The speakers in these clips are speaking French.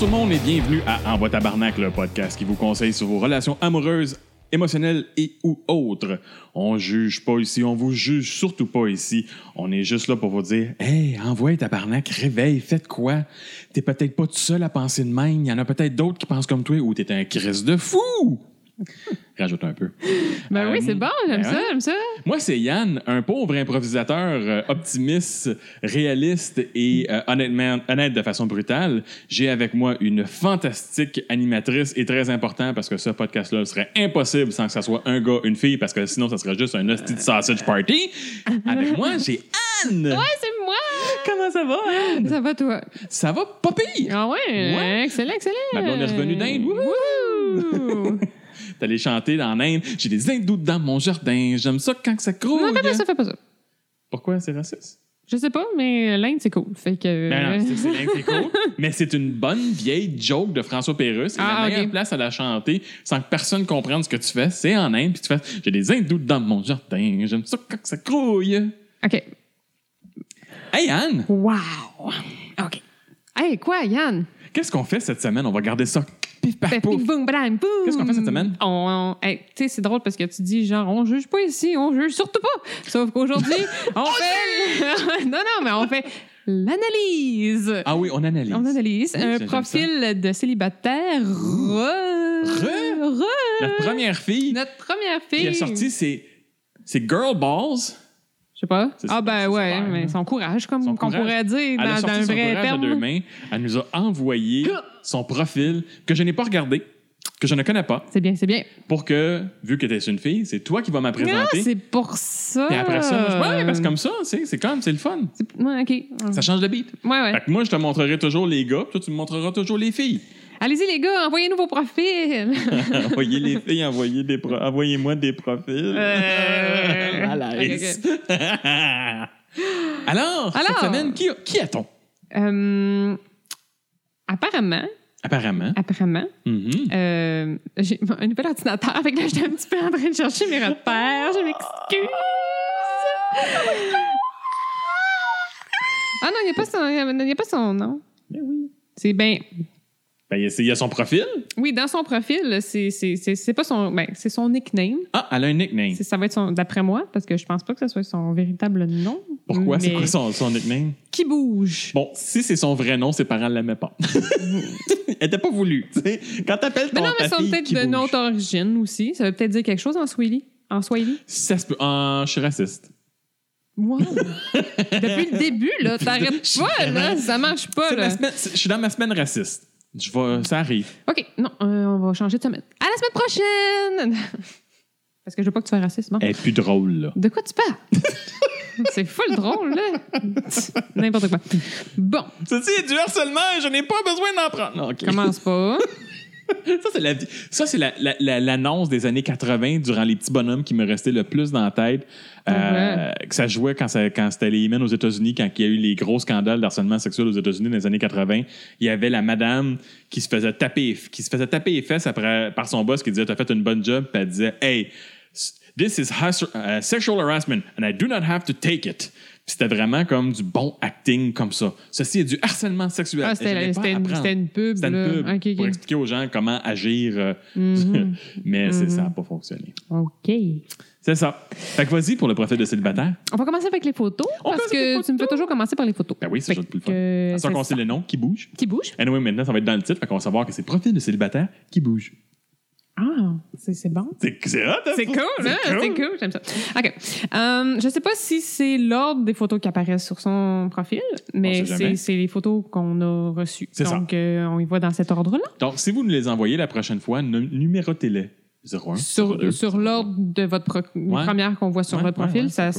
tout le monde et bienvenue à Envoie Tabarnak, le podcast qui vous conseille sur vos relations amoureuses, émotionnelles et ou autres. On juge pas ici, on vous juge surtout pas ici. On est juste là pour vous dire « Hey, envoie Tabarnak, réveille, faites quoi? T'es peut-être pas tout seul à penser de même, il y en a peut-être d'autres qui pensent comme toi ou t'es un Christ de fou! » Rajoute un peu. Ben oui, c'est bon, j'aime ça. Moi, c'est Yann, un pauvre improvisateur optimiste, réaliste et honnête de façon brutale. J'ai avec moi une fantastique animatrice et très important parce que ce podcast-là serait impossible sans que ça soit un gars, une fille, parce que sinon, ça serait juste un hostie de sausage party. Avec moi, j'ai Anne! Ouais, c'est moi! Comment ça va, Anne? Ça va, toi? Ça va pas pire! Ah ouais? Excellent. Ma blonde est revenue d'Inde. Wouhou! T'allais chanter dans l'Inde. J'ai des hindous dans mon jardin. J'aime ça quand ça grouille. Non, fais pas ça. Pourquoi? C'est raciste? Je sais pas, mais l'Inde, c'est cool. Fait que... Ben non, c'est l'Inde, c'est cool. Mais c'est une bonne vieille joke de François Pérusse. C'est la meilleure place à la chanter sans que personne comprenne ce que tu fais. C'est en Inde. Puis tu fais « J'ai des hindous dans mon jardin. J'aime ça quand ça grouille. » OK. Hey, Anne! Wow! OK. Hey, quoi, Yann? Qu'est-ce qu'on fait cette semaine? On va garder ça pif, paf, pouf. Boum, bram, boum. Qu'est-ce qu'on fait cette semaine? Hey, tu sais, c'est drôle parce que tu dis, genre, on juge pas ici, on juge surtout pas. Sauf qu'aujourd'hui, on fait... non, mais on fait l'analyse. Ah oui, on analyse. On analyse Oui, un j'aime profil de célibataire. Notre première fille. Notre première fille. Qui a sorti, c'est Girl Balls. Je sais pas. C'est ouais, super, mais son courage, comme son qu'on courage. pourrait dire Elle a dans sorti un son vrai courage terme. à deux mains. Elle nous a envoyé son profil que je n'ai pas regardé, que je ne connais pas, C'est bien. pour que, vu que tu es une fille, c'est toi qui vas me présenter. Ah, c'est pour ça. Et après ça, ouais, parce que comme ça, c'est le fun. Ouais, OK. Ça change de beat. Ouais. Fait que moi, je te montrerai toujours les gars, puis toi, tu me montreras toujours les filles. Allez-y, les gars, envoyez-nous vos profils. Envoyez les filles, envoyez-moi des profils. À l'aise. Okay. Alors, cette semaine, qui a-t-on? Apparemment, j'ai un nouvel ordinateur, avec là, j'étais un petit peu en train de chercher mes repères. Je m'excuse. Ah non, il n'y a pas son nom. Ben oui. C'est bien... Ben, il y a son profil. Oui, dans son profil, c'est pas son... Ben, c'est son nickname. Ah, elle a un nickname. Ça va être son... D'après moi, parce que je pense pas que ce soit son véritable nom. Pourquoi? C'est quoi son nickname? Qui bouge. Bon, si c'est son vrai nom, ses parents ne l'aimaient pas. Elle n'était pas voulue. T'sais. Quand t'appelles ton Mais non, mais ta c'est fille peut-être qui de bouge. notre origine aussi. Ça veut peut-être dire quelque chose en Swahili. Ça se peut. Je suis raciste. Wow! Depuis le début, là, t'arrêtes pas, là. Ça marche pas, là. Je suis dans ma semaine raciste. Ça arrive. OK, non, on va changer de semaine. À la semaine prochaine! Parce que je veux pas que tu sois raciste, bon? Elle est plus drôle, là. De quoi tu parles? C'est full drôle, là. N'importe quoi. Bon. Ceci est du harcèlement et je n'ai pas besoin d'en prendre. Non, OK. Commence pas. Ça, c'est l'annonce des années 80 durant les petits bonhommes qui me restaient le plus dans la tête. Que ça jouait quand c'était les Yemen aux États-Unis, quand il y a eu les gros scandales d'harcèlement sexuel aux États-Unis dans les années 80. Il y avait la madame qui se faisait taper les fesses par son boss qui disait « T'as fait une bonne job », puis elle disait « Hey, this is sexual harassment and I do not have to take it ». Puis c'était vraiment comme du bon acting comme ça. Ceci est du harcèlement sexuel. Ah, c'était une pub. C'était une pub okay. pour expliquer aux gens comment agir. Mais ça n'a pas fonctionné. OK. C'est ça. Fait que vas-y pour le profil de célibataire. On va commencer avec les photos, parce que tu me fais toujours commencer par les photos. Ben oui, c'est juste plus le fun. Ça qu'on sait le nom, qui bouge. Qui bouge. Anyway, maintenant, ça va être dans le titre. Fait qu'on va savoir que c'est profil de célibataire qui bouge. Ah, c'est bon. C'est hot, hein? C'est cool, hein? C'est cool, j'aime ça. OK. Je sais pas si c'est l'ordre des photos qui apparaissent sur son profil, mais c'est les photos qu'on a reçues. Donc, on y va dans cet ordre-là. Donc, si vous nous les envoyez la prochaine fois, numérotez-les. 01, sur l'ordre de votre première qu'on voit sur votre profil, ça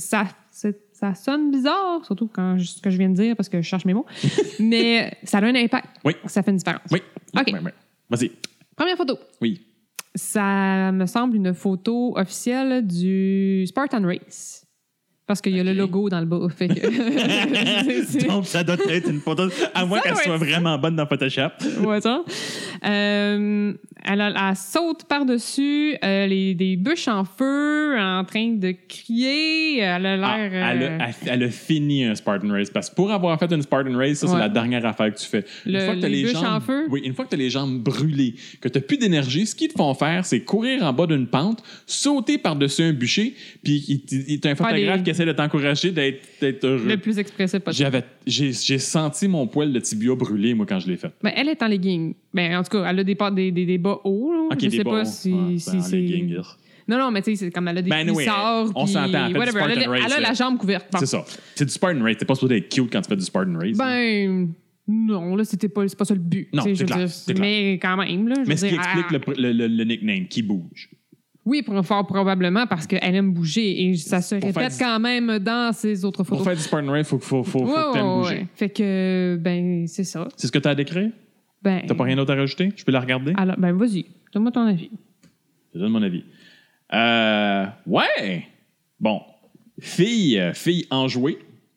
sonne bizarre, surtout quand ce que je viens de dire, parce que je cherche mes mots, mais ça a un impact. Oui. Ça fait une différence. Oui. OK. Oui. Vas-y. Première photo. Oui. Ça me semble une photo officielle du Spartan Race. Parce qu'il y a le logo dans le bas. Fait que Donc, ça doit être une photo, à moins qu'elle soit vraiment bonne dans Photoshop. Ouais, ça. Elle saute par-dessus des bûches en feu, en train de crier. Elle a l'air... Elle a fini un Spartan Race. Parce que pour avoir fait une Spartan Race, ça, c'est la dernière affaire que tu fais. Une fois que les bûches en feu? Oui, une fois que tu as les jambes brûlées, que tu n'as plus d'énergie, ce qu'ils te font faire, c'est courir en bas d'une pente, sauter par-dessus un bûcher, puis il y a un photographe qui essaie de t'encourager d'être heureux. Le plus expressif possible. J'ai senti mon poil de tibia brûler, moi, quand je l'ai fait. Ben, elle est en legging. Ben, en tout cas, elle a des bas hauts. Là. Okay, je sais pas si c'est... Legging. Non, mais tu sais, c'est comme elle a des sorts. On s'entend. Elle a la jambe couverte. C'est ça. C'est du Spartan Race. T'es pas supposé être cute quand tu fais du Spartan Race. Ben... Non, là, c'est pas ça le but. Non, c'est clair. Mais quand même, là... Mais ce qui explique le nickname, qui bouge. Oui, fort probablement, parce qu'elle aime bouger. Et ça se répète quand même dans ses autres photos. Pour faire du Spartan Race, il faut que t'aimes bouger. Ouais. Fait que, ben, c'est ça. C'est ce que t'as à décrire? Ben... T'as pas rien d'autre à rajouter? Je peux la regarder? Alors, ben, vas-y. Donne-moi ton avis. Je donne mon avis. Ouais! Bon. Fille enjouée.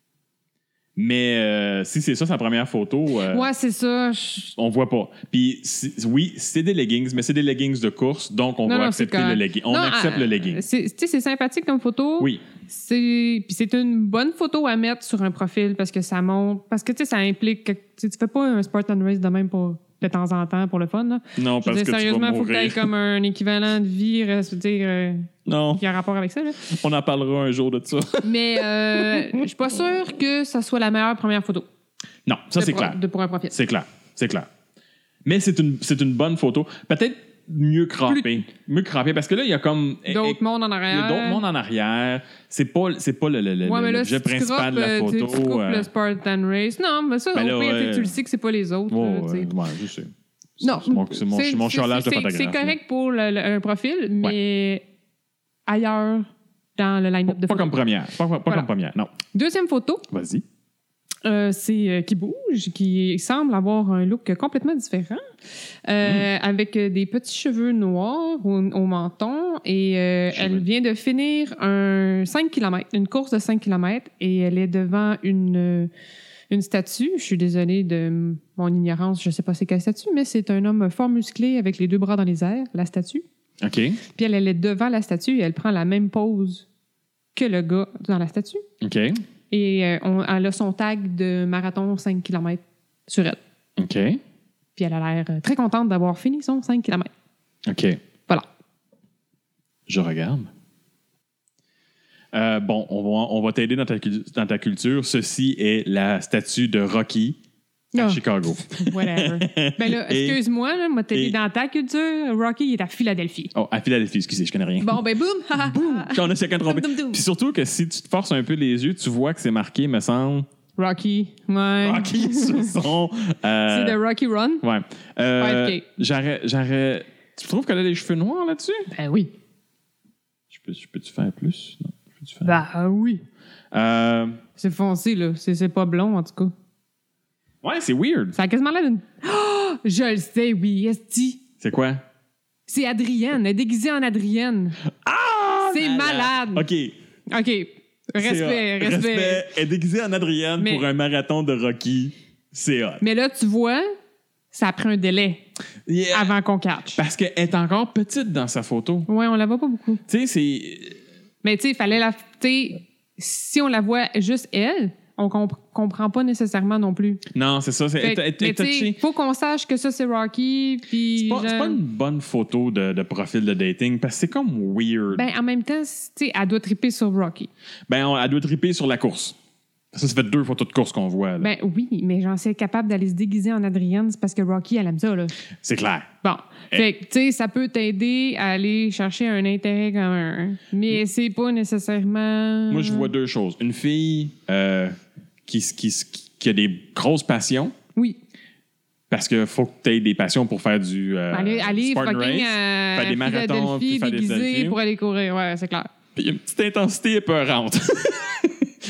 Mais si c'est ça, sa première photo... ouais, c'est ça. On voit pas. Puis oui, c'est des leggings, mais c'est des leggings de course, donc on va accepter le legging. On accepte le legging. C'est sympathique comme photo. Oui. Puis c'est une bonne photo à mettre sur un profil parce que ça montre... Parce que, tu sais, ça implique que tu fais pas un Spartan Race de même pour... de temps en temps pour le fun. Là. Non, parce que sérieusement, il faut que tu aies comme un équivalent de vie, non. qui a rapport avec ça. Là. On en parlera un jour de ça. Mais je suis pas sûre que ça soit la meilleure première photo. Non, ça c'est clair. Pour un profil. C'est clair. Mais c'est une bonne photo. Peut-être mieux croppée. Mieux croppée, parce que là, il y a comme... d'autres mondes en arrière. Il y a d'autres mondes en arrière. C'est pas l'objet principal de la photo. Tu coupes le Spartan Race. Non, mais ça, au pire, tu le sais que c'est pas les autres. Je sais. Non, c'est mon chialage de photographe. C'est correct pour un profil, mais ailleurs dans le line-up de photos. Pas comme première. Pas comme première, non. Deuxième photo. Vas-y. C'est qui bouge, qui semble avoir un look complètement différent, avec des petits cheveux noirs au menton. Et elle vient de finir un 5 km, une course de 5 km, et elle est devant une statue. Je suis désolée de mon ignorance, je ne sais pas c'est quelle statue, mais c'est un homme fort musclé avec les deux bras dans les airs, la statue. OK. Puis elle est devant la statue et elle prend la même pose que le gars dans la statue. OK. Et elle a son tag de marathon 5 km sur elle. OK. Puis elle a l'air très contente d'avoir fini son 5 km. OK. Voilà. Je regarde. Bon, on va t'aider dans ta culture. Ceci est la statue de Rocky à Chicago. Whatever. Ben là, excuse-moi, là, moi, t'es dans ta culture. Rocky, il est à Philadelphie. Oh, à Philadelphie, excusez, je connais rien. Bon, ben boum! Boum! On a chacun trompé. Puis surtout que si tu te forces un peu les yeux, tu vois que c'est marqué, me semble... Rocky, ouais. Rocky sur son... c'est de Rocky Run? Ouais. 5K. J'aurais... Tu trouves qu'elle a les cheveux noirs là-dessus? Ben oui. Je peux-tu faire plus? Non. Ben oui. C'est foncé, là. C'est pas blond, en tout cas. Ouais, c'est weird. Ça a quasiment l'air d'une... Oh, je le sais, oui. Esti. C'est quoi? C'est Adrienne. Elle est déguisée en Adrienne. Ah! C'est malade. OK. Respect. Elle est déguisée en Adrienne pour un marathon de Rocky. C'est hot. Mais là, tu vois, ça prend un délai avant qu'on catch. Parce qu'elle est encore petite dans sa photo. Ouais, on la voit pas beaucoup. Tu sais, c'est... Mais tu sais, il fallait la... si on la voit juste elle... on comprend pas nécessairement non plus. Non, c'est ça. Il faut qu'on sache que ça, c'est Rocky. C'est pas une bonne photo de profil de dating parce que c'est comme weird. Ben, en même temps, elle doit triper sur Rocky. Ben, elle doit triper sur la course. Ça fait 2 photos de course qu'on voit. Là. Ben oui, mais j'en sais capable d'aller se déguiser en Adrienne, c'est parce que Rocky, elle aime ça. Là. C'est clair. Bon. Fait que, tu sais, ça peut t'aider à aller chercher un intérêt commun. Mais c'est pas nécessairement... Moi, je vois 2 choses. Une fille qui a des grosses passions. Oui. Parce qu'il faut que tu aies des passions pour faire du aller Spartan Race, faire des marathons, puis faire des selfies. Pour aller courir, ouais, c'est clair. Puis il y a une petite intensité épeurante.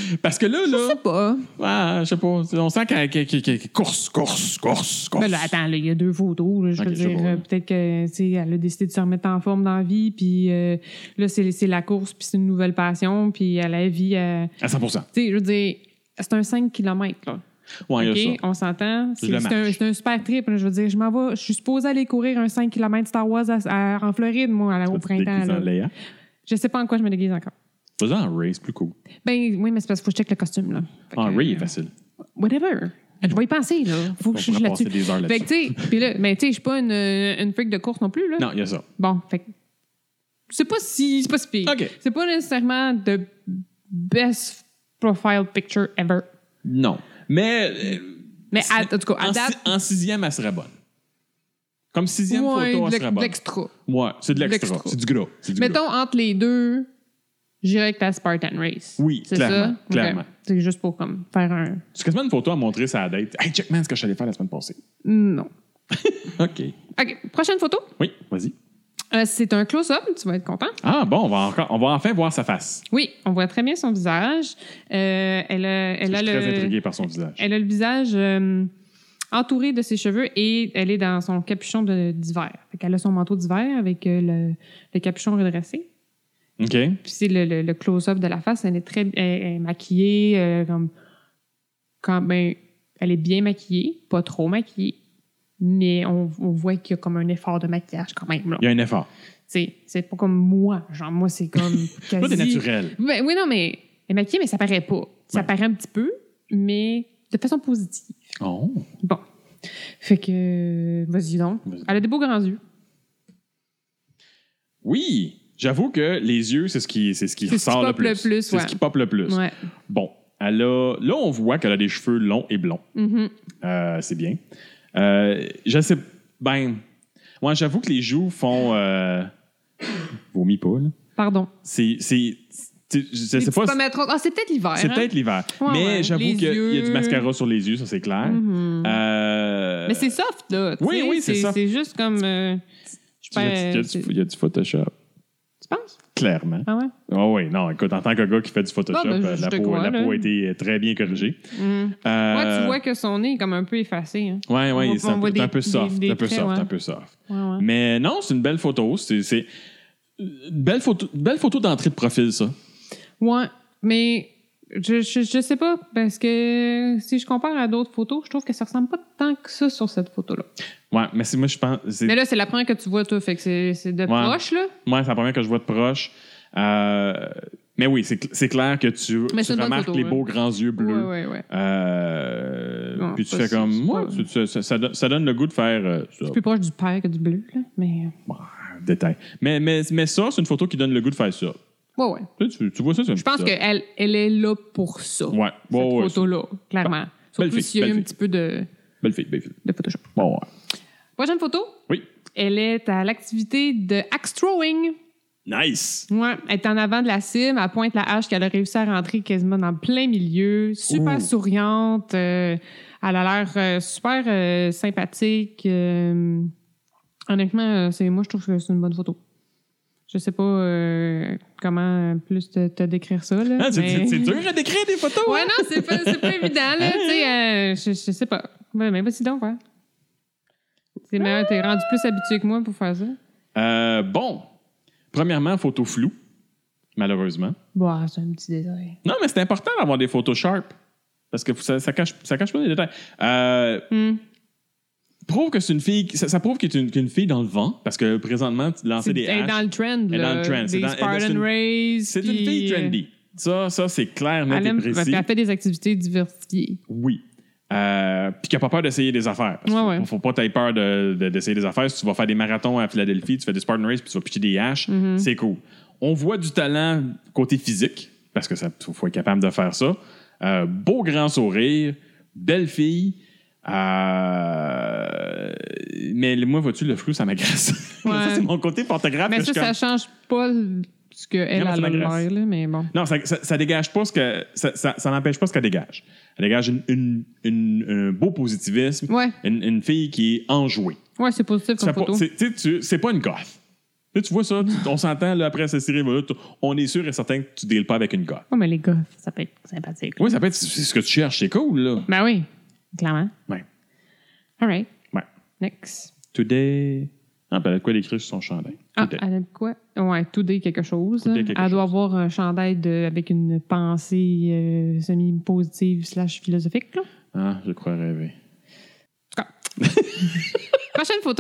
Parce que là... Je sais pas. Ouais, je sais pas. On sent qu'elle course. Ben là, attends, il y a 2 photos. Là, je veux dire, peut-être que, tu sais, elle a décidé de se remettre en forme dans la vie, puis là, c'est la course, puis c'est une nouvelle passion, puis elle a la vie à 100%. Tu sais, je veux dire, c'est un 5 km, là. Ouais, il y a OK, ça. on s'entend. C'est un super trip. Là, je veux dire, je suis supposée aller courir un 5 km Star Wars en Floride, moi, au printemps. Là. Je sais pas en quoi je me déguise encore. Fais-ça en Ray, c'est plus cool. Ben oui, mais c'est parce qu'il faut que je check le costume, là. En Ray est facile. Whatever. Je vais y penser, là. Faut que je suis là-dessus. Des heures là-dessus. Fait que, tu sais, puis là, mais tu sais, je suis pas une freak de course non plus, là. Non, il y a ça. Bon, fait que c'est pas si pire. OK. C'est pas nécessairement the best profile picture ever. Non. Mais en tout cas, à date... En 6e, elle serait bonne. Comme 6e photo, elle serait bonne. De l'extra. Ouais, c'est de l'extra. C'est du gras. Mettons, entre les deux, j'irais avec la Spartan Race. Oui, c'est clairement. Ça? Clairement. Okay. C'est juste pour comme, faire un... C'est quasiment une photo à montrer sa date. Hey, check, man, ce que je suis allé faire la semaine passée. Non. OK. OK, prochaine photo. Oui, vas-y. C'est un close-up, tu vas être content. Ah, bon, on va enfin voir sa face. Oui, on voit très bien son visage. Elle a Je suis très intrigué par son visage. Elle a le visage entouré de ses cheveux et elle est dans son capuchon d'hiver. Elle a son manteau d'hiver avec le capuchon redressé. OK. Puis c'est le close-up de la face. Elle est maquillée. Elle est bien maquillée, pas trop maquillée. Mais on voit qu'il y a comme un effort de maquillage quand même. Là. Il y a un effort. C'est pas comme moi. Genre, moi, c'est comme quasi... Toi, t'es naturel. Ben, oui, non, mais elle est maquillée, mais ça paraît pas. Ça paraît un petit peu, mais de façon positive. Oh. Bon. Fait que... Vas-y donc. Elle a des beaux grands yeux. Oui. J'avoue que les yeux, c'est ce qui ressort le plus. C'est ce qui pop le plus. Ouais. Bon. Là, on voit qu'elle a des cheveux longs et blonds. Mm-hmm. C'est bien. Je sais... Ben... Moi, j'avoue que les joues font... Vomis pas, là. Pardon. Je sais pas... c'est peut-être l'hiver. C'est peut-être l'hiver. Ouais, mais j'avoue qu'il y a du mascara sur les yeux, ça, c'est clair. Mm-hmm. Mais c'est soft, là. Oui, c'est soft. C'est juste comme... Il y a du Photoshop. Tu penses? Clairement. Ah ouais? Oh oui, non, écoute, en tant que gars qui fait du Photoshop, la peau a été très bien corrigée. Ouais, tu vois que son nez est comme un peu effacé. Hein. Oui, c'est un peu soft. Un peu soft. Ouais. Mais non, c'est une belle photo. C'est une belle photo d'entrée de profil, ça. Ouais, mais je sais pas, parce que si je compare à d'autres photos, je trouve que ça ressemble pas tant que ça sur cette photo-là. Ouais, mais moi, je pense... Mais là, c'est la première que tu vois, toi, fait que c'est de proche, là. Ouais, c'est la première que je vois de proche. Mais oui, c'est clair que tu remarques photo, les beaux grands yeux bleus. Ouais. Puis tu fais comme... ça donne le goût de faire... c'est plus proche du père que du bleu, là, mais... Détail. Mais ça, c'est une photo qui donne le goût de faire ça. Ouais. Tu vois ça? Je pense qu'elle est là pour ça. Ouais. Cette photo-là, clairement. Surtout s'il y a eu un petit peu de... Belle fille. De Photoshop. Bon, ouais. Prochaine photo. Oui. Elle est à l'activité de axe throwing. Nice! Ouais, elle est en avant de la cible, elle pointe la hache qu'elle a réussi à rentrer quasiment dans le plein milieu. Super souriante. Elle a l'air super sympathique. Honnêtement, moi, je trouve que c'est une bonne photo. Je sais pas comment plus te décrire ça. Là, c'est dur à décrire des photos. Ouais, non, c'est pas évident. Là, je sais pas. Mais vas-y donc, ouais. C'est meilleur, t'es rendu plus habitué que moi pour faire ça. Bon. Premièrement, photo floue, malheureusement. Bah, c'est un petit détail. Non, mais c'est important d'avoir des photos sharp. Parce que ça cache pas les détails. Prouve que c'est une fille... Ça prouve qu'elle est une fille dans le vent, parce que présentement, tu lançais des haches. Elle est dans le trend, Elle est dans le trend. Des Spartan Race. C'est une fille trendy. Ça c'est clair, net et précis. Elle fait des activités diversifiées. Oui. Puis qui n'a pas peur d'essayer des affaires. Parce faut pas t'ailler peur d'essayer des affaires. Si tu vas faire des marathons à Philadelphie, tu fais des Spartan Race, puis tu vas pitcher des haches, c'est cool. On voit du talent côté physique, parce que faut être capable de faire ça. Beau grand sourire, belle fille. Mais moi, vois-tu, le flou, ça m'agresse. Ouais. Ça, c'est mon côté photographe. Mais ça change pas ce qu'elle a l'air, là, mais bon. Non, ça dégage pas ce que... Ça n'empêche pas ce qu'elle dégage. Elle dégage un beau positivisme. Ouais. Une fille qui est enjouée. Ouais, c'est positif comme photo. C'est pas une goth. Là, tu vois ça, on s'entend là, après cette série, là, on est sûr et certain que tu ne deals pas avec une gars. Oh, mais les gars, ça peut être sympathique. Oui, ça peut être c'est ce que tu cherches, c'est cool, là. Ben oui, clairement. Ouais. All right. Ouais. Next. Today. Ah, ben, elle a quoi d'écrire sur son chandail? Today. Elle a quoi? Ouais, today quelque chose. Today quelque elle doit chose. avoir un chandail avec une pensée semi-positive / philosophique. Là. Ah, je crois rêver. En tout cas. Prochaine photo.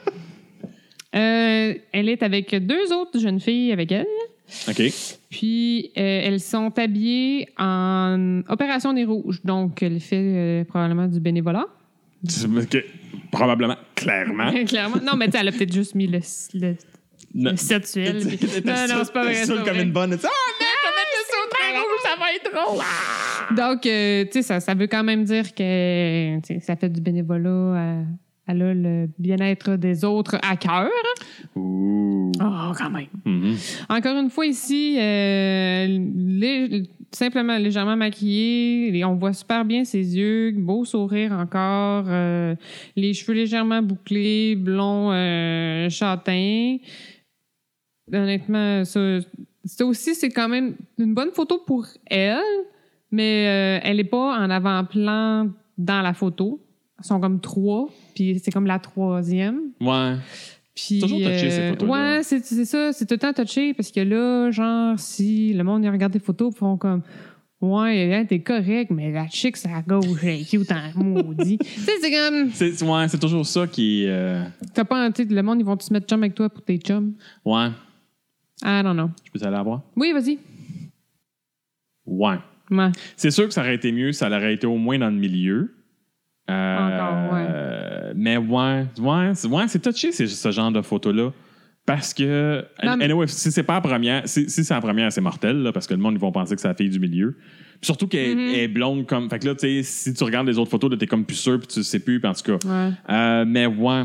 Elle est avec 2 autres jeunes filles avec elle. OK. Puis, elles sont habillées en Opération Nez Rouge. Donc, elle fait probablement du bénévolat. Probablement, clairement. Clairement. Non, mais tu sais, elle a peut-être juste mis le sexuel. Non, c'est pas vrai. C'est comme une bonne. Ah, ça va être drôle. Donc, tu sais, ça veut quand même dire que ça fait du bénévolat. Elle a le bien-être des autres à cœur. Ouh. Oh, quand même. Mm-hmm. Encore une fois, ici, simplement légèrement maquillée. On voit super bien ses yeux. Beau sourire encore. Les cheveux légèrement bouclés, blonds, châtains. Honnêtement, ça aussi, c'est quand même une bonne photo pour elle, mais elle n'est pas en avant-plan dans la photo. Elles sont comme 3, puis c'est comme la 3e. Ouais. Puis, toujours touché, ces photos-là. Ouais, c'est ça. C'est tout le temps touché parce que là, genre, si le monde y regarde des photos, ils font comme ouais, t'es correct, mais la chick, c'est à gauche, elle est cute en maudit. Tu sais, c'est comme. C'est toujours ça qui. T'as pas. Tu sais, le monde, ils vont-tu se mettre chum avec toi pour tes chums? Ouais. I don't know. Je peux aller la voir? Oui, vas-y. Ouais. Ouais. C'est sûr que ça aurait été mieux, ça aurait été au moins dans le milieu. Encore, ouais. Mais c'est touché, ce genre de photos-là. Parce que, anyway, si c'est pas la première, si c'est la première, c'est mortel, là, parce que le monde, ils vont penser que c'est la fille du milieu. Puis surtout qu'elle est blonde comme. Fait que là, tu sais, si tu regardes les autres photos, là, t'es comme plus sûr, puis tu sais plus, puis en tout cas. Ouais. Mais ouais.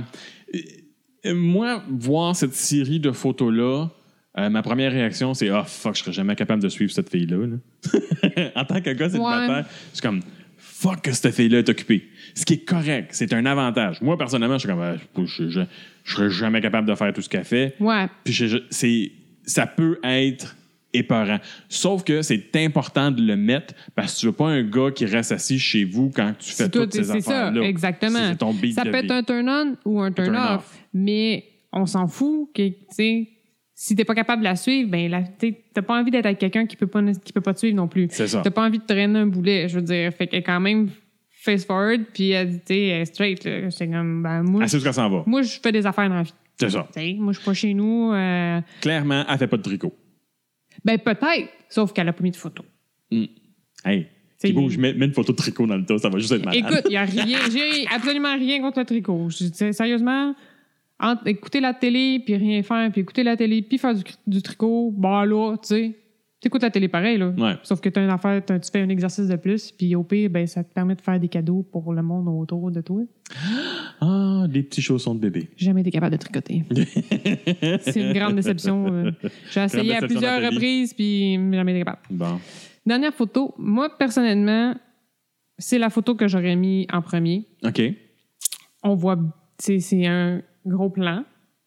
Moi, voir cette série de photos-là, ma première réaction, c'est oh fuck, je serais jamais capable de suivre cette fille-là. Là. En tant que gars célibataire, je suis comme fuck que cette fille-là est occupée. Ce qui est correct, c'est un avantage. Moi, personnellement, je suis comme je serais jamais capable de faire tout ce qu'elle fait. Ouais. Puis ça peut être épeurant. Sauf que c'est important de le mettre parce que tu veux pas un gars qui reste assis chez vous quand tu fais toutes ces affaires-là. C'est ça, exactement. C'est ton beat ça de peut vie. être un turn-on ou un turn-off. Mais on s'en fout que, tu sais, si t'es pas capable de la suivre, ben t'as pas envie d'être avec quelqu'un qui peut pas te suivre non plus. C'est ça. T'as pas envie de traîner un boulet, je veux dire. Fait qu'elle est quand même face forward, puis elle dit, tu sais, elle est straight. Là. C'est comme, ben, moi, Elle sait où qu'elle s'en va. Moi, je fais des affaires dans la vie. C'est ça. T'sais, moi, je suis pas chez nous. Clairement, elle fait pas de tricot. Ben, peut-être, sauf qu'elle a pas mis de photo. Hey, Thibaut, je mets une photo de tricot dans le tas, ça va juste être malade. Écoute, il y a rien, j'ai absolument rien contre le tricot. Je dis, sérieusement, entre écouter la télé puis rien faire, puis écouter la télé puis faire du tricot, bah là, tu sais, t'écoutes la télé pareil, là. Ouais. Sauf que t'as une affaire, tu fais un exercice de plus, puis au pire, ben, ça te permet de faire des cadeaux pour le monde autour de toi. Ah, des petits chaussons de bébé. Jamais été capable de tricoter. C'est une grande déception. J'ai essayé à plusieurs reprises, puis jamais été capable. Bon. Dernière photo. Moi, personnellement, c'est la photo que j'aurais mis en premier. OK. On voit, c'est un gros plan.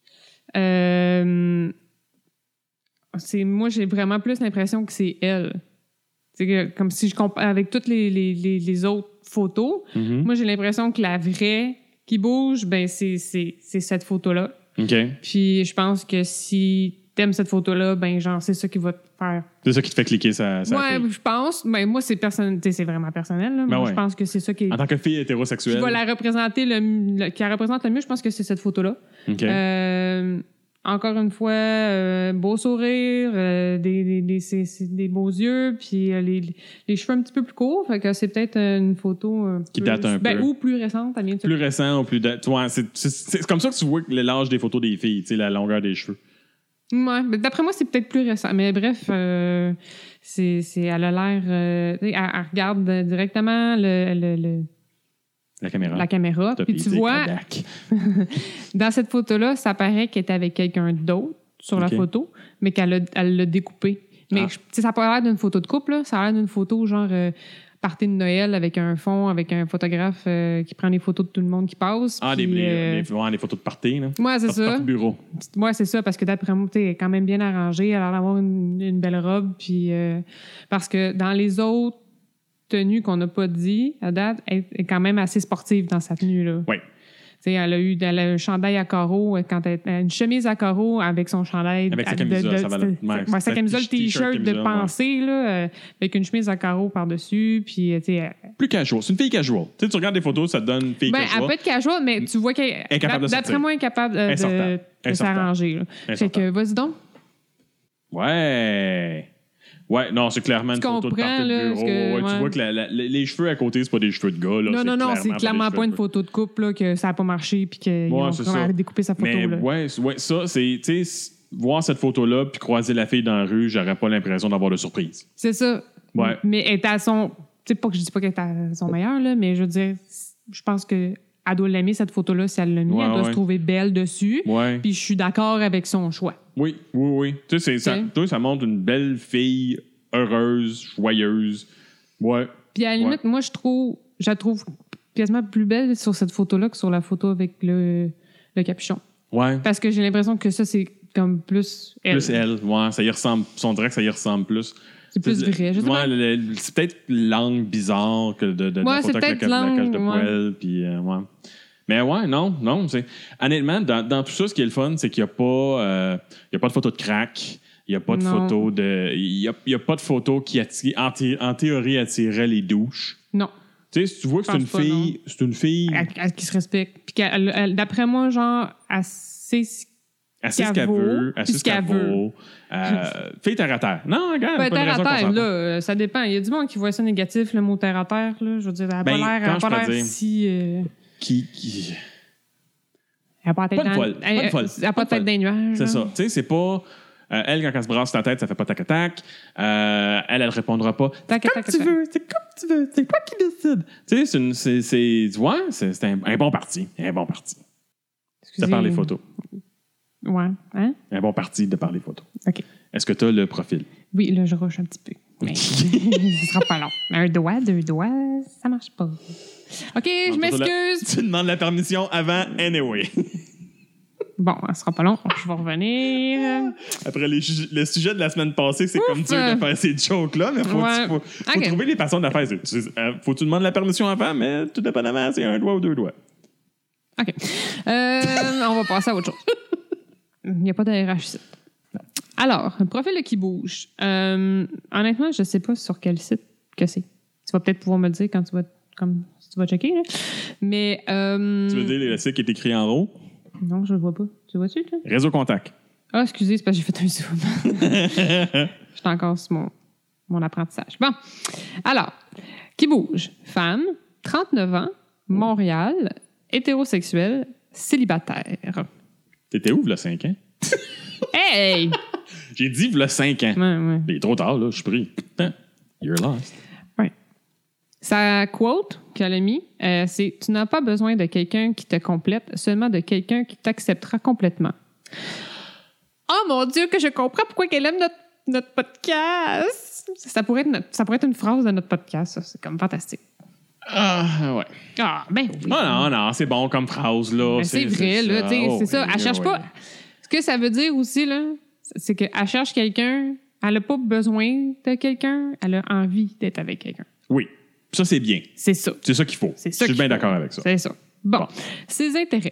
Moi, j'ai vraiment plus l'impression que c'est elle. C'est comme si je compare avec toutes les autres photos. Mm-hmm. Moi, j'ai l'impression que la vraie qui bouge, ben c'est cette photo-là. OK. Puis je pense que si t'aimes cette photo-là, ben genre, c'est ça qui va te faire. C'est ça qui te fait cliquer ça. Ouais, je pense. Mais moi, c'est vraiment personnel. Là. Ben moi, ouais. je pense que c'est ça qui... En tant que fille hétérosexuelle. Qui va la représenter qui la représente le mieux, je pense que c'est cette photo-là. OK. Encore une fois, beau sourire, des beaux yeux, puis les cheveux un petit peu plus courts. Fait que c'est peut-être une photo qui date un peu. Ou plus récente. Plus récent ou plus... c'est comme ça que tu vois l'âge des photos des filles, tu sais, la longueur des cheveux. Ouais, mais d'après moi, c'est peut-être plus récent. Mais bref, elle a l'air... elle regarde directement la caméra. Puis tu vois, dans cette photo-là, ça paraît qu'elle est avec quelqu'un d'autre sur la photo, mais elle l'a découpé. Mais ça n'a pas l'air d'une photo de couple, là. Ça a l'air d'une photo genre... party de Noël avec un fond, avec un photographe qui prend des photos de tout le monde qui passe. Ah, puis, les photos de party, là. Ouais, c'est ça. Party bureau. Ouais, c'est ça, parce que d'après moi, tu es quand même bien arrangée. Elle a l'air d'avoir une belle robe. Puis, parce que dans les autres tenues qu'on n'a pas dit, à date, elle est quand même assez sportive dans sa tenue, là. Oui. Elle a un chandail à carreaux, une chemise à carreaux avec son chandail. Avec sa camisole, ça va là. Sa camisole t-shirt de pensée, là, avec une chemise à carreaux par-dessus. Puis, plus casual. C'est une fille casual. Tu regardes des photos, ça te donne une fille casual. Elle peut être casual, mais tu vois qu'elle est d'après moi, incapable de s'arranger. Fait que, vas-y donc. Ouais. Ouais, non, c'est clairement une photo de party de bureau. Tu vois que les cheveux à côté, c'est pas des cheveux de gars. Là. Non, c'est clairement pas une photo de couple, là, que ça a pas marché puis qu'ils ont vraiment découpé sa photo. Mais là. Ouais, ça, c'est, tu sais, voir cette photo-là puis croiser la fille dans la rue, j'aurais pas l'impression d'avoir de surprise. C'est ça. Ouais. Mais elle est à son... Tu sais, pas que je dis pas qu'elle est à son meilleur, là, mais je veux dire, je pense que elle doit l'aimer, cette photo-là, si elle l'a mis. Elle doit se trouver belle dessus. Ouais. Puis je suis d'accord avec son choix. Oui. Tu sais, ça montre une belle fille heureuse, joyeuse. Ouais. Puis à la limite, moi, je la trouve quasiment plus belle sur cette photo-là que sur la photo avec le capuchon. Ouais. Parce que j'ai l'impression que ça, c'est comme plus elle. Plus elle, ouais. Ça y ressemble. On dirait que ça y ressemble plus. C'est plus vrai. Je sais pas. C'est peut-être l'angle bizarre que de la photo avec la cage de poêle. Puis, ouais. Mais ouais, non. Honnêtement, dans tout ça, ce qui est le fun, c'est qu'il n'y a pas de photo de crack. Il n'y a pas de photo de. Il y a pas de photo qui en théorie attirait les douches. Non. Tu sais, si tu vois que c'est une fille. Qui se respecte. Puis d'après moi, genre, assez ce qu'elle veut. Assez ce qu'elle vaut. Fille terre à terre. Non, regarde. Pas terre à terre, là, ça dépend. Il y a du monde qui voit ça négatif, le mot terre à terre, là. Je veux dire, elle n'a pas l'air si. Qui. Elle n'a pas de tête dans les nuages. C'est ça. Tu sais, c'est pas. Elle, quand elle se brasse la tête, ça fait pas tac-tac. Elle répondra pas. C'est comme tu veux. C'est toi qui décide. Tu sais, c'est un bon parti. De par les photos. Ouais. Hein? Un bon parti de par les photos. OK. Est-ce que tu as le profil? Oui, là, je rush un petit peu. Mais ce sera pas long. Un doigt, 2 doigts, ça marche pas. OK, je m'excuse. Tu demandes la permission avant, anyway. Bon, ça sera pas long. Je vais revenir. Après le sujet de la semaine passée, c'est comme dur de faire ces jokes-là, mais faut trouver les façons de la faire. Faut que tu demandes la permission avant, mais tout dépendamment, c'est 1 doigt ou 2 doigts. OK. On va passer à autre chose. Il n'y a pas d'ARH ici. Alors, un profil qui bouge. Honnêtement, je ne sais pas sur quel site que c'est. Tu vas peut-être pouvoir me le dire quand tu vas checker. Là. Mais, tu veux dire le site qui est écrit en haut? Non, je ne le vois pas. Tu vois-tu? Toi? Réseau Contact. Ah, excusez, c'est parce que j'ai fait un zoom. J'étais encore sur mon apprentissage. Bon. Alors, qui bouge? Femme, 39 ans, Montréal, hétérosexuel, célibataire. T'étais où, v'là 5 ans? Hey! J'ai dit v'là 5 ans. Ouais. Il est trop tard, là. Je suis pris. You're lost. Ouais. Sa quote qu'elle a mis, c'est « Tu n'as pas besoin de quelqu'un qui te complète, seulement de quelqu'un qui t'acceptera complètement. » Oh mon Dieu, que je comprends pourquoi qu'elle aime notre podcast! Ça pourrait être une phrase de notre podcast, ça. C'est comme fantastique. Ah, ouais. Ah, ben oui. Non, c'est bon comme phrase, là. Ben, c'est vrai, là. C'est ça. Elle cherche pas. Ce que ça veut dire aussi, là, c'est qu'elle cherche quelqu'un. Elle n'a pas besoin de quelqu'un. Elle a envie d'être avec quelqu'un. Oui. Ça, c'est bien. C'est ça. C'est ça qu'il faut. Je suis bien d'accord avec ça. C'est ça. Bon. Ses intérêts.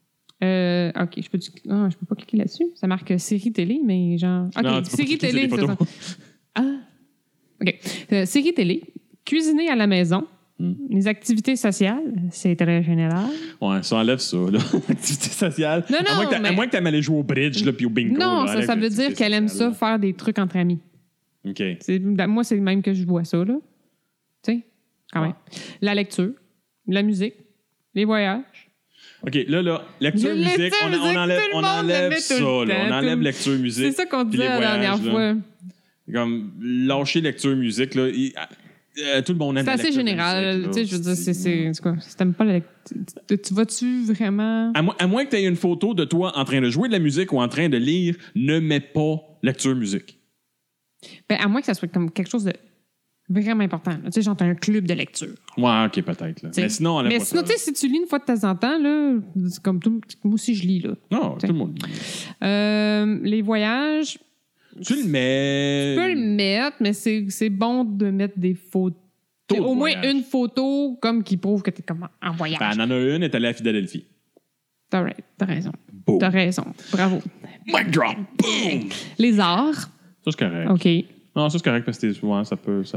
OK, je peux pas cliquer là-dessus. Ça marque série télé, mais genre... OK, non, série télé, c'est ça. Ah. OK. Série télé. Cuisiner à la maison. Les activités sociales, c'est très général. Ouais, ça enlève ça, là. Activités sociales. Non, à moins que tu aimes aller jouer au bridge, là, puis au bingo. Non, là, ça veut dire qu'elle aime ça, faire des trucs entre amis. OK. Moi, c'est le même que je vois ça, là. Tu sais, quand même. La lecture, la musique, les voyages. OK, là, lecture, musique, on enlève ça, là. On enlève lecture, musique. C'est ça qu'on disait la dernière fois. Comme lâcher lecture, musique, là. Tout le monde aime la lecture. C'est assez général. Tu sais, je veux dire, c'est quoi? Si t'aimes pas la lecture, tu vas-tu vraiment... À moins que tu aies une photo de toi en train de jouer de la musique ou en train de lire, ne mets pas lecture, musique. Ben, à moins que ça soit comme quelque chose de Vraiment important. Tu sais, genre, t'as un club de lecture. Ouais, OK, peut-être. Là. Mais sinon, on aime pas ça. Tu sais, si tu lis une fois de temps en temps, là, c'est comme tout. Moi aussi, je lis, là. Non, tout le monde lit. Les voyages. Tu le mets. Tu peux le mettre, mais c'est bon de mettre des photos. Au moins une photo comme qui prouve que t'es comme en voyage. Ben, elle en a une, elle est allée à Philadelphie. T'as raison. Boom. T'as raison. Bravo. Mic drop. Boom. Les arts. Ça, c'est correct. OK. Non, ça, c'est correct parce que ça peut. Ouais.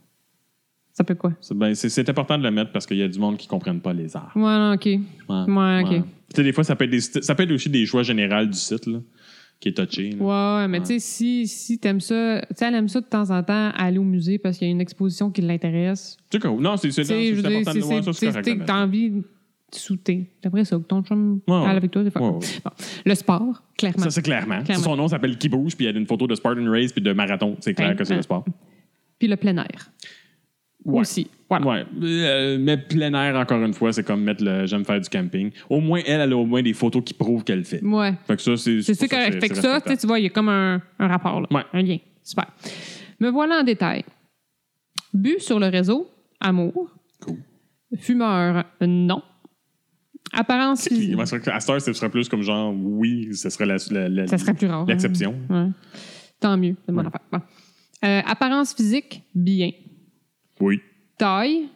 Ça peut quoi? C'est important de le mettre parce qu'il y a du monde qui ne comprenne pas les arts. Ouais, non, OK. Ouais, OK. Tu sais, des fois, ça peut être aussi des choix généraux du site, là, qui est touché. Là. Ouais, mais tu sais, si t'aimes ça, tu sais, elle aime ça de temps en temps aller au musée parce qu'il y a une exposition qui l'intéresse. Tu sais, non, c'est important de voir ça, c'est correct. T'as envie de sauter. T'aimerais ça que ton chum parle avec toi des fois. Ouais. Bon. Le sport, clairement. Ça, c'est clairement. Son nom s'appelle Qui bouge, puis il y a une photo de Spartan Race puis de marathon. C'est clair que c'est le sport. Puis le plein air. Ouais. Aussi. Voilà. Ouais. Mais plein air, encore une fois, c'est comme mettre j'aime faire du camping. Au moins, elle a au moins des photos qui prouvent qu'elle le fait. Ouais. Fait que ça, c'est correct. Fait que ça, tu vois, il y a comme un rapport, là. Ouais. Un lien. Super. Me voilà en détail. Bu sur le réseau, amour. Cool. Fumeur, non. Apparence physique. À cette heure, ce serait plus comme genre, oui, ce serait ça serait plus rare. L'exception. Ouais. Tant mieux, c'est mon affaire. Bon. Apparence physique, bien. Oui. Taille,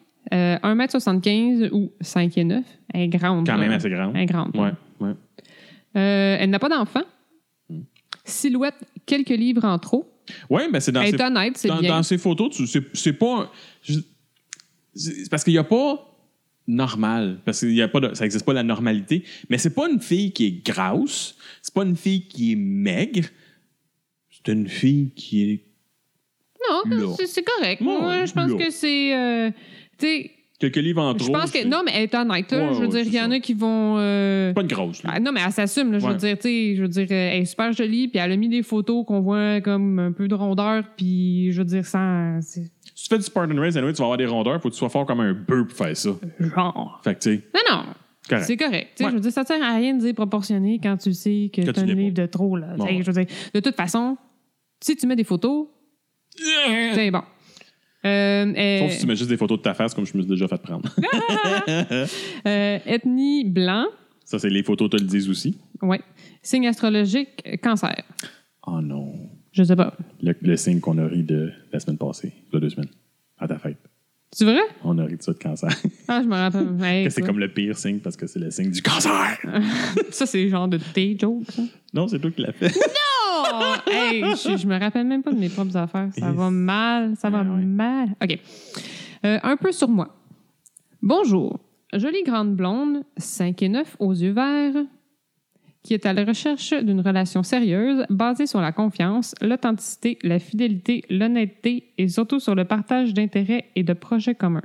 1m75 ou 5 et 9. Elle est grande. Quand même assez grande. Elle est grande. Ouais. Elle n'a pas d'enfant. Silhouette, quelques livres en trop. Oui, ben c'est dans elle est honnête, c'est bien. Dans ces photos, c'est pas... C'est parce qu'il n'y a pas normal. Parce qu'il y a pas ça n'existe pas la normalité. Mais c'est pas une fille qui est grasse. C'est pas une fille qui est maigre. C'est une fille qui est... Non, c'est correct. Moi, je pense que c'est... tu sais... Quelques livres en trop. Je pense que... Non, mais elle est honnête. Je veux dire, il y en a qui vont... Pas une grosse. Là. Non, mais elle s'assume. Là, je veux dire, elle est super jolie, puis elle a mis des photos qu'on voit comme un peu de rondeur, puis je veux dire, sans... Si tu fais du Spartan Race, anyway, tu vas avoir des rondeurs, faut que tu sois fort comme un bœuf pour faire ça. Genre. Fait que, tu sais... Non. Correct. C'est correct. Je veux dire, ça sert à rien de dire proportionné quand tu sais que tu as un livre de trop. Là. Bon. Je veux dire, de toute façon, si tu mets des photos, c'est bon. Sauf si tu mets juste des photos de ta face, comme je me suis déjà fait prendre. Ethnie blanc. Ça, c'est les photos te le disent aussi. Oui. Signe astrologique, cancer. Oh non. Je sais pas. Le signe qu'on a ri de la semaine passée, il y a 2 semaines, à ta fête. C'est vrai? On a ri de ça de cancer. Ah, je me rappelle. Hey, que c'est comme le pire signe parce que c'est le signe du cancer. Ça, c'est genre de tes jokes, ça? Non, c'est toi qui l'as fait. Non! Hey, je me rappelle même pas de mes propres affaires. Ça va mal. Ça va mal. OK. Un peu sur moi. Bonjour. Jolie grande blonde, 5 et 9 aux yeux verts, qui est à la recherche d'une relation sérieuse basée sur la confiance, l'authenticité, la fidélité, l'honnêteté et surtout sur le partage d'intérêts et de projets communs.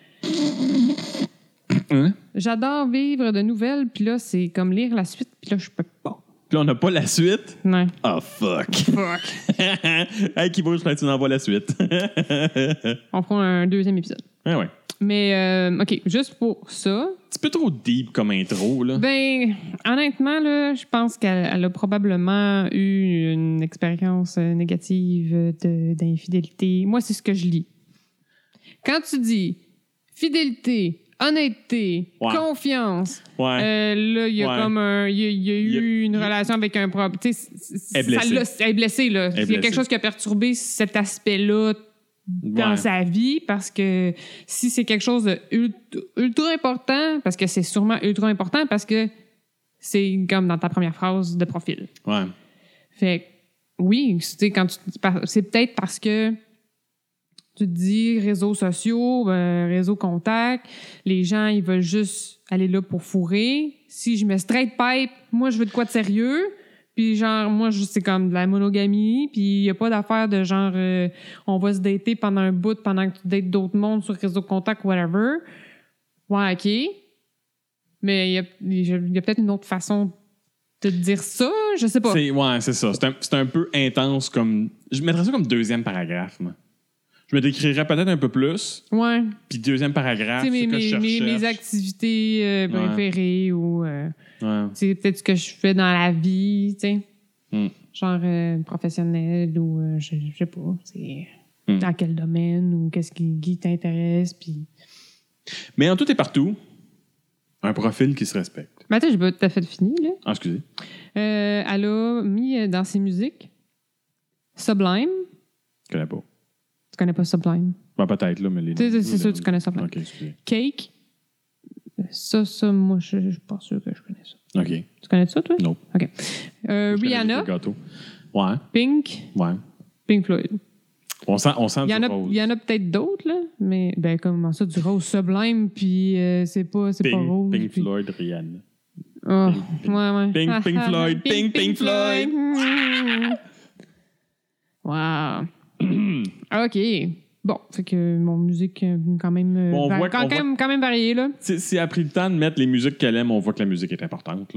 J'adore vivre de nouvelles, puis là, c'est comme lire la suite, puis là, je peux pas. Puis là, on n'a pas la suite? Non. Oh, fuck. Hey, qui bouge, tu n'envoies la suite. On fera un 2e épisode. Ouais. Mais, OK, juste pour ça... C'est peu trop deep comme intro, là. Ben, honnêtement, là, je pense qu'elle a probablement eu une expérience négative d'infidélité. Moi, c'est ce que je lis. Quand tu dis fidélité, honnêteté, confiance, là, il y a comme un... Il y a eu une relation avec un propre... Tu sais, elle est blessée, là. Il y a quelque chose qui a perturbé cet aspect-là dans sa vie, parce que si c'est quelque chose de ultra important, parce que c'est sûrement ultra important, parce que c'est comme dans ta première phrase de profil. Ouais. Fait oui, c'est peut-être parce que tu te dis réseaux sociaux, réseau contact, les gens, ils veulent juste aller là pour fourrer. Si je mets straight pipe, moi, je veux de quoi de sérieux. Puis genre, moi, c'est comme de la monogamie, puis il n'y a pas d'affaire de genre, on va se dater pendant un bout, pendant que tu dates d'autres mondes sur réseau contact, whatever. Ouais, OK. Mais il y a peut-être une autre façon de te dire ça, je sais pas. C'est ça. C'est un peu intense comme... Je mettrais ça comme 2e paragraphe, moi. Je me décrirais peut-être un peu plus. Ouais. Puis 2e paragraphe, c'est que je cherche. Mes activités préférées ou... C'est peut-être ce que je fais dans la vie, tu sais. Genre professionnelle ou je sais pas. dans quel domaine ou qu'est-ce qui t'intéresse. Puis... Mais en tout et partout, un profil qui se respecte. Mais attends, j'ai pas tout à fait fini, là. Ah, excusez. Elle a mis dans ses musiques Sublime. Je connais pas. Tu connais pas Sublime? Ben, peut-être, là, mais les... C'est sûr que tu connais Sublime. OK, excusez. Cake. Ça, moi, je suis pas sûr que je connais ça. OK. Tu connais ça, toi? Non. OK. Rihanna. Ouais. Pink. Ouais. Pink Floyd. On sent du rose. Il y en a peut-être d'autres, là, mais ben comment ça, du rose Sublime, puis c'est pas rose. Pink puis... Floyd, Rihanna. Oh, Pink, ouais. Pink Floyd, Pink Floyd. Wow. OK. Bon, fait que mon musique quand même quand même variée, là. Si elle a pris le temps de mettre les musiques qu'elle aime, on voit que la musique est importante, là.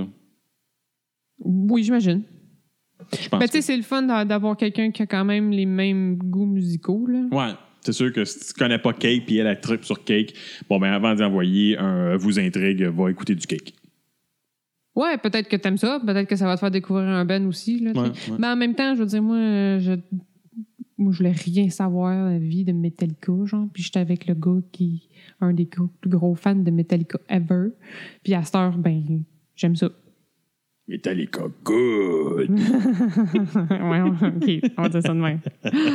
Oui, j'imagine. Je pense. Ben, tu sais, c'est le fun d'avoir quelqu'un qui a quand même les mêmes goûts musicaux, là. Ouais. C'est sûr que si tu connais pas Cake puis elle tripe sur Cake, bon, ben avant d'y envoyer un vous intrigue, va écouter du Cake. Ouais, peut-être que t'aimes ça. Peut-être que ça va te faire découvrir un band aussi, là. Ouais. Mais en même temps, je veux dire, moi, je voulais rien savoir de la vie de Metallica, genre. Puis j'étais avec le gars qui est un des plus gros fans de Metallica ever. Puis à cette heure, ben, j'aime ça. Metallica, good! Ouais, OK. On va dire ça de même.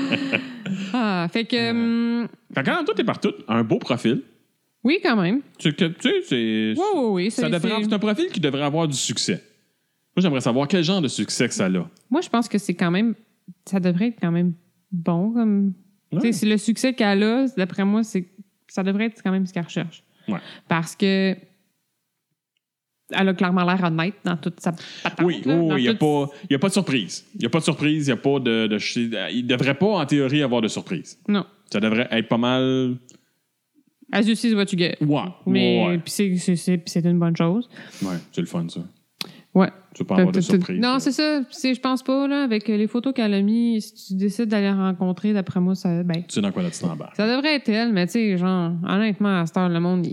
Fait que... Fait que tout est partout, un beau profil. Oui, quand même. Tu sais, c'est... Oui. C'est un profil qui devrait avoir du succès. Moi, j'aimerais savoir quel genre de succès que ça a. Moi, je pense que c'est quand même... Ça devrait être quand même bon. Comme... Ouais. C'est le succès qu'elle a, d'après moi, ça devrait être quand même ce qu'elle recherche. Ouais. Parce que elle a clairement l'air honnête dans toute sa patente. Oui, il n'y a pas de surprise. Il n'y a pas de surprise, il n'y a pas de... Il ne devrait pas, en théorie, avoir de surprise. Non. Ça devrait être pas mal... As you see what you get. Ouais. Mais puis c'est une bonne chose. Ouais, c'est le fun, ça. Ouais. Tu veux pas avoir de surprise. Non, c'est ça. Je pense pas, là, avec les photos qu'elle a mis, si tu décides d'aller rencontrer, d'après moi, ça... Ben, tu sais dans quoi là tu t'embarques. Ça devrait être elle, mais tu sais, genre, honnêtement, à cette heure, le monde,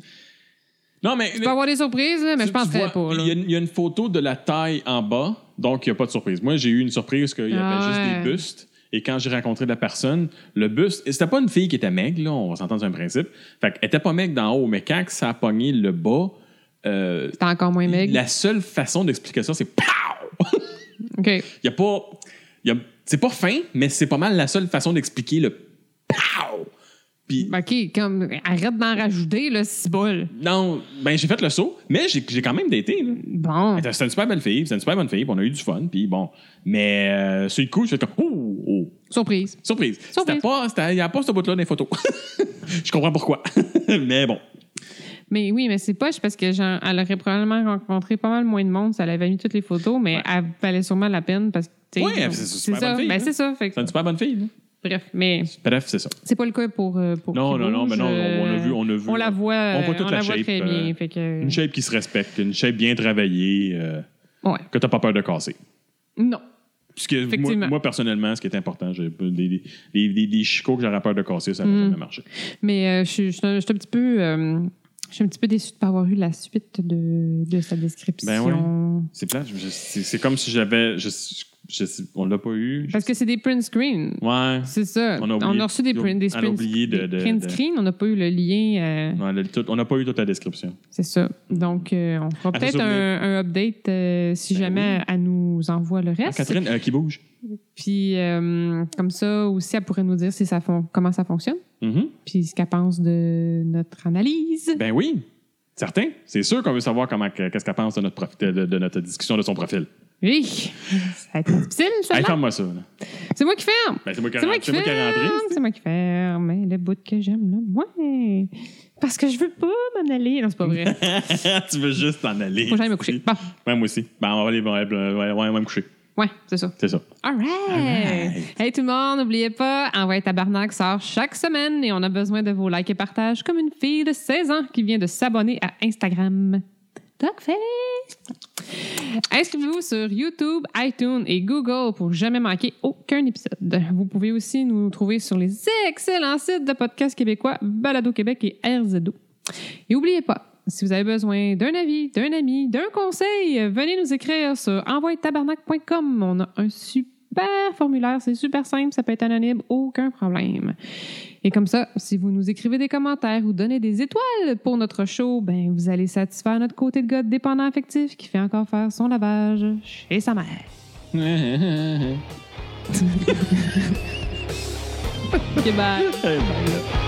Non, mais... Tu peux avoir des surprises, là, mais je penserais pas. Il y a une photo de la taille en bas, donc il n'y a pas de surprise. Moi, j'ai eu une surprise qu'il y avait juste des bustes. Et quand j'ai rencontré la personne, le buste... C'était pas une fille qui était maigre, là, on va s'entendre sur un principe. Fait qu'elle était pas maigre d'en haut, mais quand ça a pogné le bas... c'était encore moins maigre. La seule façon d'expliquer ça, c'est POW! OK. Il y a pas... c'est pas fin, mais c'est pas mal la seule façon d'expliquer le POW! Puis, OK, comme, arrête d'en rajouter, là, c'est bol. Non, ben j'ai fait le saut, mais j'ai quand même daté. Là. Bon. C'était une super belle fille, c'était une super bonne fille, puis on a eu du fun, puis bon. Mais sur le coup, je fais comme, oh! Surprise. Il n'y a pas ce bout-là dans les photos. Je comprends pourquoi. Mais bon. Mais oui, mais c'est poche parce que genre, elle aurait probablement rencontré pas mal moins de monde si elle avait mis toutes les photos, mais elle valait sûrement la peine parce que. Oui, c'est une super bonne fille. Ben, c'est ça. C'est une super bonne fille. Là. Bref, c'est ça. C'est pas le cas pour non, mais non, on a vu. On la voit, on voit toute la shape. Très bien. Fait que... Une shape qui se respecte, une shape bien travaillée, que t'as pas peur de casser. Non. Puisque moi, personnellement, ce qui est important, j'ai des chicots que j'aurais peur de casser, ça n'a jamais marché. Mais je suis un petit peu... je suis un petit peu déçue de ne pas avoir eu la suite de sa description. Ben ouais. C'est plate. C'est comme si j'avais... on l'a pas eu. Parce que c'est des print screens. Ouais. C'est ça. On a reçu des print screens. On n'a pas eu le lien. On n'a pas eu toute la description. C'est ça. Donc, on fera peut-être un update si jamais elle nous envoie le reste. Catherine, qui bouge. Puis, comme ça, aussi, elle pourrait nous dire si comment ça fonctionne. Mm-hmm. Puis, ce qu'elle pense de notre analyse. Ben oui. Certain. C'est sûr qu'on veut savoir qu'est-ce qu'elle pense de notre discussion de son profil. Oui. Ça va être difficile, ça. Ferme-moi ça. Là. C'est moi qui ferme. Ben, c'est moi qui rentre. C'est moi qui ferme. Mais le bout que j'aime, là. Ouais. Parce que je veux pas m'en aller. Non, c'est pas vrai. Tu veux juste t'en aller. Faut que j'aille me coucher. Bon. Ouais, moi aussi. Ben, on va aller on va me coucher. Ouais, c'est ça. C'est ça. All right. Hey, tout le monde, n'oubliez pas, Envoyez Tabarnak sort chaque semaine et on a besoin de vos likes et partages comme une fille de 16 ans qui vient de s'abonner à Instagram. Inscrivez-vous sur YouTube, iTunes et Google pour jamais manquer aucun épisode. Vous pouvez aussi nous trouver sur les excellents sites de podcasts québécois Balado Québec et RZO. Et n'oubliez pas, si vous avez besoin d'un avis, d'un ami, d'un conseil, venez nous écrire sur envoyetabarnak.com. On a super formulaire, c'est super simple, ça peut être anonyme, aucun problème. Et comme ça, si vous nous écrivez des commentaires ou donnez des étoiles pour notre show, ben vous allez satisfaire notre côté de gars dépendant affectif qui fait encore faire son lavage chez sa mère. OK, bye. Bye, là.